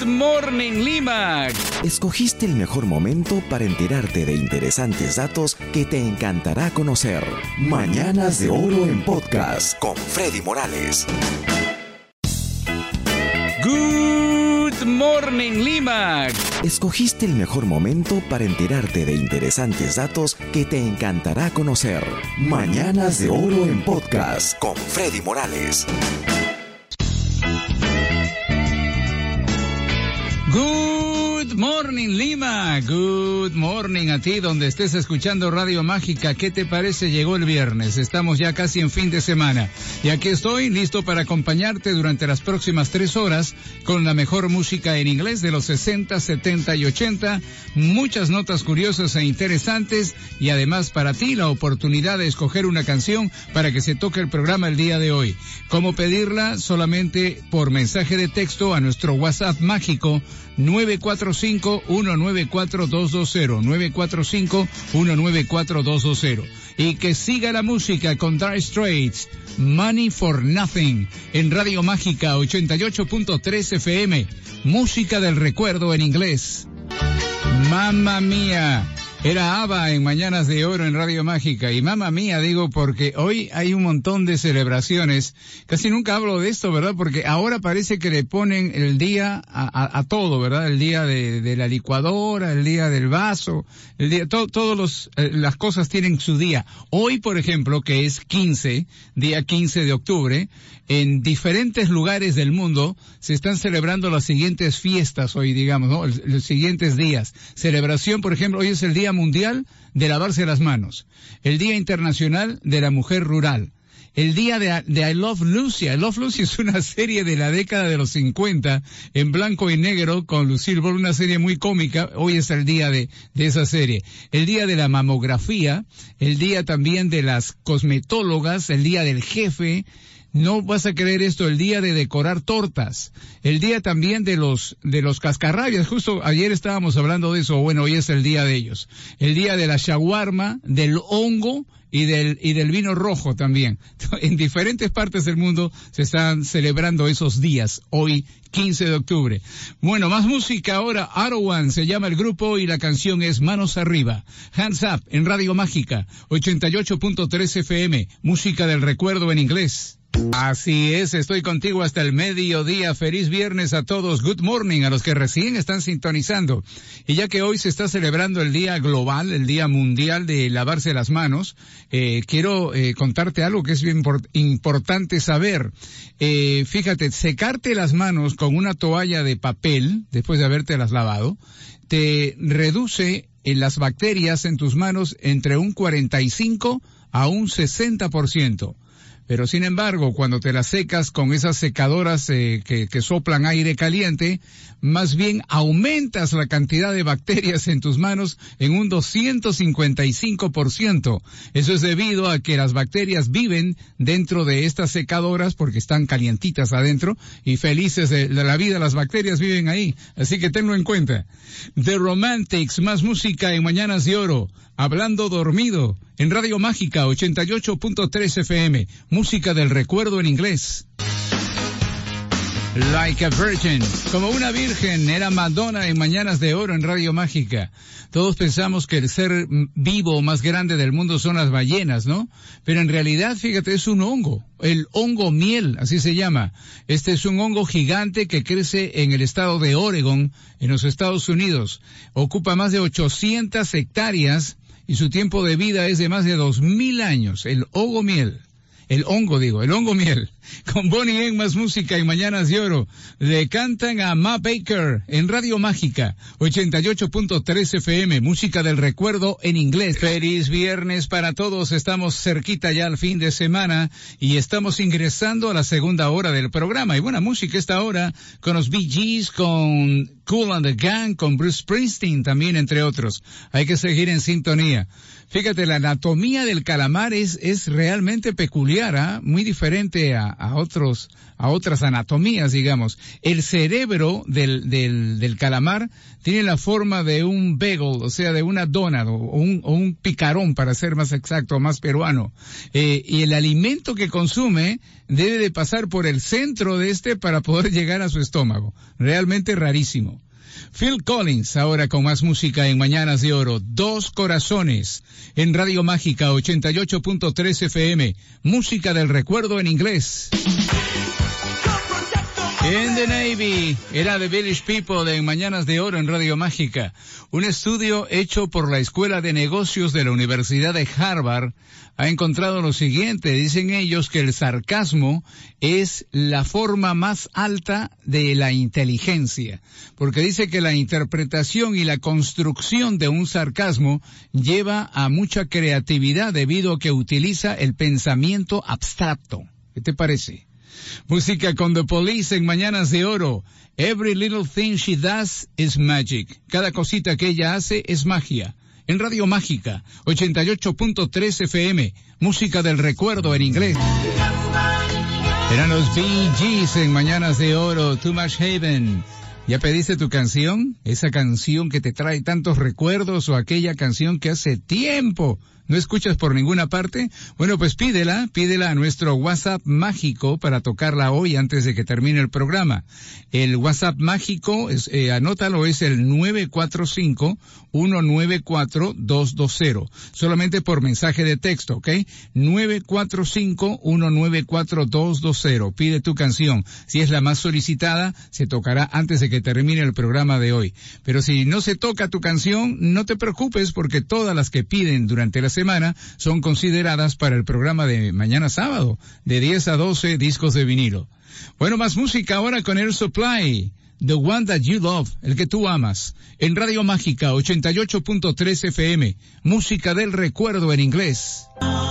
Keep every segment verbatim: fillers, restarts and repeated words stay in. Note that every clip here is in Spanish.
Morning Lima. Escogiste el mejor momento para enterarte de interesantes datos que te encantará conocer. Mañanas de Oro en podcast con Freddy Morales. Good Morning Lima. Escogiste el mejor momento para enterarte de interesantes datos que te encantará conocer. Mañanas de Oro en podcast con Freddy Morales. Good morning Lima, good morning a ti donde estés escuchando Radio Mágica. ¿Qué te parece? Llegó el viernes, estamos ya casi en fin de semana y aquí estoy listo para acompañarte durante las próximas tres horas con la mejor música en inglés de los sesenta, setenta y ochenta, muchas notas curiosas e interesantes y además para ti la oportunidad de escoger una canción para que se toque el programa el día de hoy. ¿Cómo pedirla? Solamente por mensaje de texto a nuestro WhatsApp mágico nueve cuatro cinco, uno nueve cuatro, dos dos cero, nueve cuatro cinco, uno nueve cuatro, dos dos cero. Y que siga la música con Dire Straits, Money for Nothing, en Radio Mágica ochenta y ocho punto tres F M, música del recuerdo en inglés. Mamma mía. Era ABBA en Mañanas de Oro en Radio Mágica. Y mamá mía, digo, porque hoy hay un montón de celebraciones. Casi nunca hablo de esto, ¿verdad? Porque ahora parece que le ponen el día a, a, a todo, ¿verdad? El día de, de la licuadora, el día del vaso, el día, to, todos los, eh, las cosas tienen su día. Hoy, por ejemplo, que es quince, día quince de octubre, en diferentes lugares del mundo se están celebrando las siguientes fiestas hoy, digamos, ¿no? Los siguientes días. Celebración, por ejemplo, hoy es el Día Mundial de Lavarse las Manos, el Día Internacional de la Mujer Rural, el día de, de I Love Lucy. I Love Lucy es una serie de la década de los cincuenta, en blanco y negro, con Lucille Ball, una serie muy cómica. Hoy es el día de, de esa serie. El día de la mamografía, el día también de las cosmetólogas, el día del jefe. No vas a creer esto, el día de decorar tortas, el día también de los de los cascarrabias, justo ayer estábamos hablando de eso, bueno, hoy es el día de ellos, el día de la shawarma, del hongo y del y del vino rojo también. En diferentes partes del mundo se están celebrando esos días, hoy quince de octubre. Bueno, más música ahora. Arwan se llama el grupo y la canción es Manos Arriba. Hands Up en Radio Mágica ochenta y ocho punto tres F M, música del recuerdo en inglés. Así es, estoy contigo hasta el mediodía. Feliz viernes a todos. Good morning a los que recién están sintonizando. Y ya que hoy se está celebrando el Día Global, el Día Mundial de Lavarse las Manos, eh, quiero eh, contarte algo que es bien import- importante saber. Eh, fíjate, secarte las manos con una toalla de papel, después de habértelas lavado, te reduce en las bacterias en tus manos entre un cuarenta y cinco a un sesenta por ciento. Pero sin embargo, cuando te las secas con esas secadoras eh, que, que soplan aire caliente, más bien aumentas la cantidad de bacterias en tus manos en un doscientos cincuenta y cinco por ciento. Eso es debido a que las bacterias viven dentro de estas secadoras porque están calientitas adentro y felices de la vida, las bacterias viven ahí. Así que tenlo en cuenta. The Romantics, más música en Mañanas de Oro. Hablando dormido, en Radio Mágica ochenta y ocho punto tres F M, música del recuerdo en inglés. Like a Virgin, como una virgen, era Madonna en Mañanas de Oro en Radio Mágica. Todos pensamos que el ser vivo más grande del mundo son las ballenas, ¿no? Pero en realidad, fíjate, es un hongo, el hongo miel, así se llama. Este es un hongo gigante que crece en el estado de Oregon, en los Estados Unidos. Ocupa más de ochocientas hectáreas y su tiempo de vida es de más de dos mil años, el hongo miel. El hongo, digo, el hongo miel. Con Bonnie M, más música en Mañanas de Oro. Le cantan a Ma Baker en Radio Mágica ochenta y ocho punto tres F M, música del recuerdo en inglés. Feliz viernes para todos, estamos cerquita ya al fin de semana y estamos ingresando a la segunda hora del programa. Y buena música esta hora con los Bee Gees, con Kool and the Gang, con Bruce Springsteen también, entre otros. Hay que seguir en sintonía. Fíjate, la anatomía del calamar es, es realmente peculiar, ¿ah? Muy diferente a, a otros, a otras anatomías, digamos. El cerebro del, del, del calamar tiene la forma de un bagel, o sea, de una dona, o un, o un picarón, para ser más exacto, más peruano. Eh, y el alimento que consume debe de pasar por el centro de este para poder llegar a su estómago. Realmente rarísimo. Phil Collins, ahora con más música en Mañanas de Oro. Dos Corazones, en Radio Mágica ochenta y ocho punto tres F M. Música del recuerdo en inglés. In the Navy, era The Village People en Mañanas de Oro en Radio Mágica. Un estudio hecho por la Escuela de Negocios de la Universidad de Harvard ha encontrado lo siguiente. Dicen ellos que el sarcasmo es la forma más alta de la inteligencia, porque dice que la interpretación y la construcción de un sarcasmo lleva a mucha creatividad debido a que utiliza el pensamiento abstracto. ¿Qué te parece? Música con The Police en Mañanas de Oro. Every little thing she does is magic. Cada cosita que ella hace es magia. En Radio Mágica, ochenta y ocho punto tres F M. Música del recuerdo en inglés. Eran los Bee Gees en Mañanas de Oro. Too Much Heaven. ¿Ya pediste tu canción? Esa canción que te trae tantos recuerdos, o aquella canción que hace tiempo ¿no escuchas por ninguna parte? Bueno, pues pídela, pídela a nuestro WhatsApp mágico para tocarla hoy antes de que termine el programa. El WhatsApp mágico, es, eh, anótalo, es el nueve cuatro cinco, uno nueve cuatro, dos dos cero. Solamente por mensaje de texto, ¿ok? nueve cuatro cinco, uno nueve cuatro, dos dos cero. Pide tu canción. Si es la más solicitada, se tocará antes de que termine el programa de hoy. Pero si no se toca tu canción, no te preocupes, porque todas las que piden durante la semana son consideradas para el programa de mañana sábado, de diez a doce, discos de vinilo. Bueno, más música ahora con Air Supply, The One That You Love, el que tú amas, en Radio Mágica ochenta y ocho punto tres F M, música del recuerdo en inglés.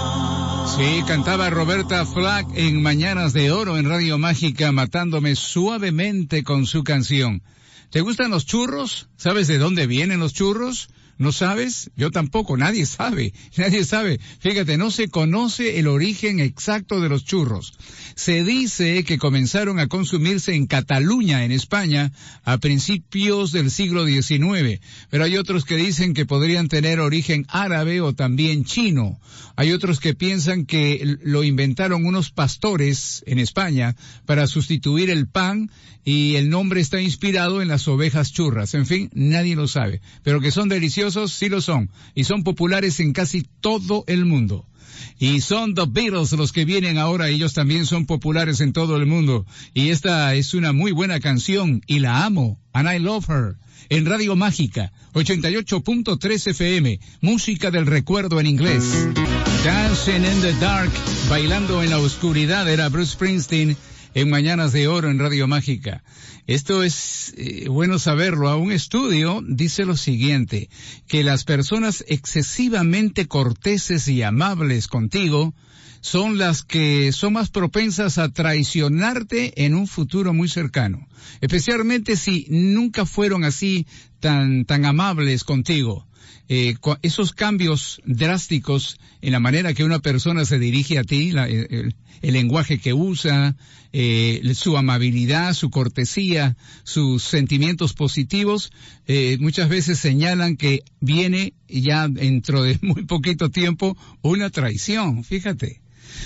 Sí, cantaba Roberta Flack en Mañanas de Oro en Radio Mágica, matándome suavemente con su canción. ¿Te gustan los churros? ¿Sabes de dónde vienen los churros? ¿No sabes? Yo tampoco, nadie sabe, nadie sabe. Fíjate, no se conoce el origen exacto de los churros. Se dice que comenzaron a consumirse en Cataluña, en España, a principios del siglo diecinueve, pero hay otros que dicen que podrían tener origen árabe o también chino. Hay otros que piensan que lo inventaron unos pastores en España para sustituir el pan, y el nombre está inspirado en las ovejas churras. En fin, nadie lo sabe, pero que son deliciosos, sí lo son, y son populares en casi todo el mundo. Y son The Beatles los que vienen ahora, ellos también son populares en todo el mundo, y esta es una muy buena canción, y la amo, and I love her, en Radio Mágica, ochenta y ocho punto tres F M, música del recuerdo en inglés. Dancing in the Dark, bailando en la oscuridad, era Bruce Springsteen, en Mañanas de Oro en Radio Mágica. Esto es eh, bueno saberlo. A un estudio dice lo siguiente, que las personas excesivamente corteses y amables contigo son las que son más propensas a traicionarte en un futuro muy cercano, especialmente si nunca fueron así tan tan amables contigo. Eh, esos cambios drásticos en la manera que una persona se dirige a ti, la, el, el lenguaje que usa, eh, su amabilidad, su cortesía, sus sentimientos positivos, eh, muchas veces señalan que viene ya dentro de muy poquito tiempo una traición, fíjate.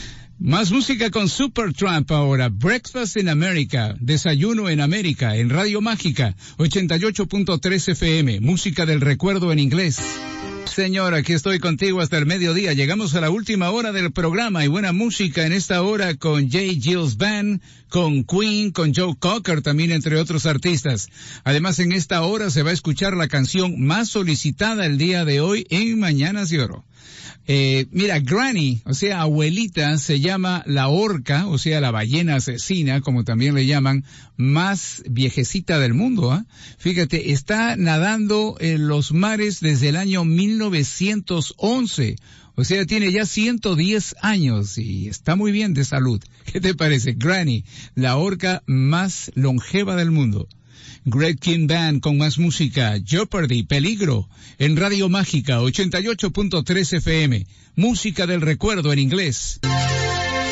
Más música con Supertramp ahora, Breakfast in America, Desayuno en América, en Radio Mágica, ochenta y ocho punto tres F M, música del recuerdo en inglés. Señor, aquí estoy contigo hasta el mediodía. Llegamos a la última hora del programa y buena música en esta hora con Jay Gilles Band, con Queen, con Joe Cocker también, entre otros artistas. Además, en esta hora se va a escuchar la canción más solicitada el día de hoy en Mañanas de Oro. Eh, mira, Granny, o sea, abuelita, se llama la orca, o sea, la ballena asesina, como también le llaman, más viejecita del mundo, ¿ah? ¿eh? Fíjate, está nadando en los mares desde el año mil novecientos once, o sea, tiene ya ciento diez años y está muy bien de salud. ¿Qué te parece? Granny, la orca más longeva del mundo. Greg King Band con más música, Jeopardy, Peligro, en Radio Mágica, ochenta y ocho punto tres F M, música del recuerdo en inglés. Freeze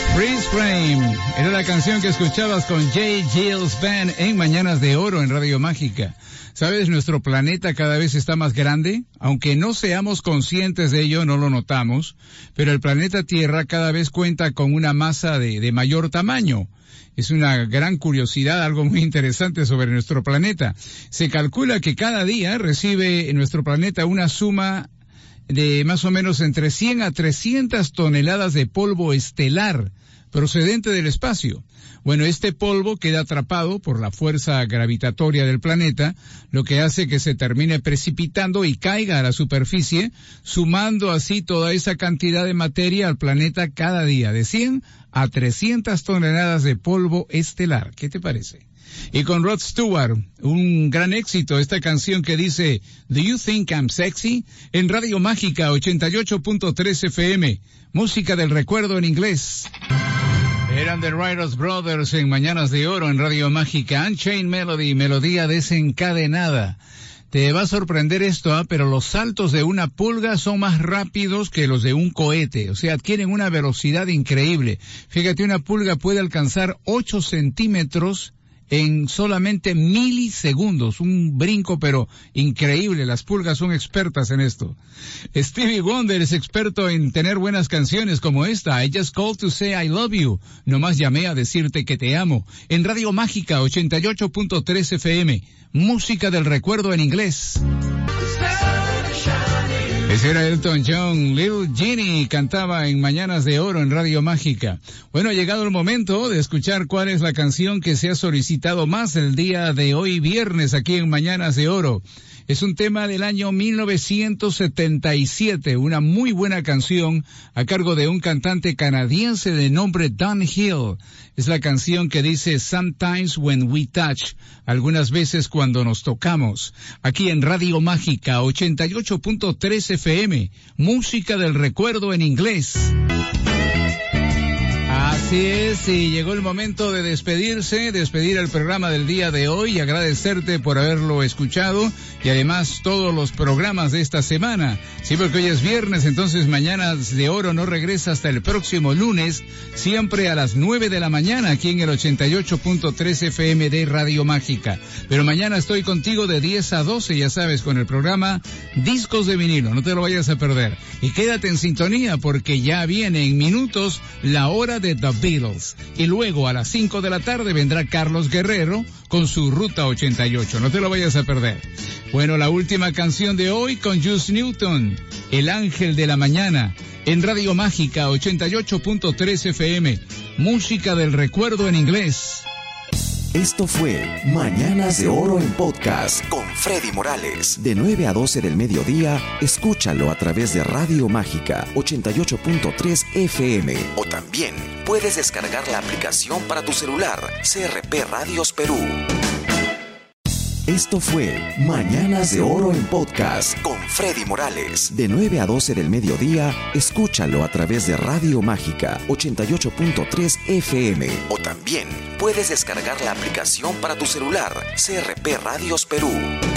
Flame. Era la canción que escuchabas con Jay Gilles Band en Mañanas de Oro en Radio Mágica. ¿Sabes? Nuestro planeta cada vez está más grande. Aunque no seamos conscientes de ello, no lo notamos. Pero el planeta Tierra cada vez cuenta con una masa de, de mayor tamaño. Es una gran curiosidad, algo muy interesante sobre nuestro planeta. Se calcula que cada día recibe nuestro planeta una suma de más o menos entre cien a trescientas toneladas de polvo estelar procedente del espacio. Bueno, este polvo queda atrapado por la fuerza gravitatoria del planeta, lo que hace que se termine precipitando y caiga a la superficie, sumando así toda esa cantidad de materia al planeta cada día, de cien a trescientas toneladas de polvo estelar. ¿Qué te parece? Y con Rod Stewart, un gran éxito, esta canción que dice Do You Think I'm Sexy? En Radio Mágica ochenta y ocho punto tres F M, música del recuerdo en inglés. Eran The Writers Brothers en Mañanas de Oro en Radio Mágica. Unchained Melody, melodía desencadenada. Te va a sorprender esto, ¿eh? Pero los saltos de una pulga son más rápidos que los de un cohete. O sea, adquieren una velocidad increíble. Fíjate, una pulga puede alcanzar ocho centímetros en solamente milisegundos, un brinco pero increíble. Las pulgas son expertas en esto. Stevie Wonder es experto en tener buenas canciones como esta, I Just Called to Say I Love You, nomás llamé a decirte que te amo, en Radio Mágica ochenta y ocho punto tres F M, música del recuerdo en inglés. Ese era Elton John, Little Genie, cantaba en Mañanas de Oro en Radio Mágica. Bueno, ha llegado el momento de escuchar cuál es la canción que se ha solicitado más el día de hoy viernes aquí en Mañanas de Oro. Es un tema del año mil novecientos setenta y siete, una muy buena canción a cargo de un cantante canadiense de nombre Don Hill. Es la canción que dice Sometimes When We Touch, algunas veces cuando nos tocamos. Aquí en Radio Mágica ochenta y ocho punto tres F M, música del recuerdo en inglés. Así es, y llegó el momento de despedirse, despedir el programa del día de hoy y agradecerte por haberlo escuchado y además todos los programas de esta semana. Sí, porque hoy es viernes, entonces Mañanas de Oro no regresa hasta el próximo lunes, siempre a las nueve de la mañana aquí en el ochenta y ocho punto tres F M de Radio Mágica. Pero mañana estoy contigo de diez a doce, ya sabes, con el programa Discos de Vinilo, no te lo vayas a perder. Y quédate en sintonía porque ya viene en minutos la hora de The Beatles. Y luego a las cinco de la tarde vendrá Carlos Guerrero con su Ruta ochenta y ocho. No te lo vayas a perder. Bueno, la última canción de hoy con Juice Newton, El Ángel de la Mañana, en Radio Mágica ochenta y ocho punto tres F M, música del recuerdo en inglés. Esto fue Mañanas de Oro en podcast con Freddy Morales. De nueve a doce del mediodía, escúchalo a través de Radio Mágica ochenta y ocho punto tres F M. O también puedes descargar la aplicación para tu celular, C R P Radios Perú. Esto fue Mañanas de Oro en podcast con Freddy Morales. De nueve a doce del mediodía, escúchalo a través de Radio Mágica ochenta y ocho punto tres F M. O también puedes descargar la aplicación para tu celular, C R P Radios Perú.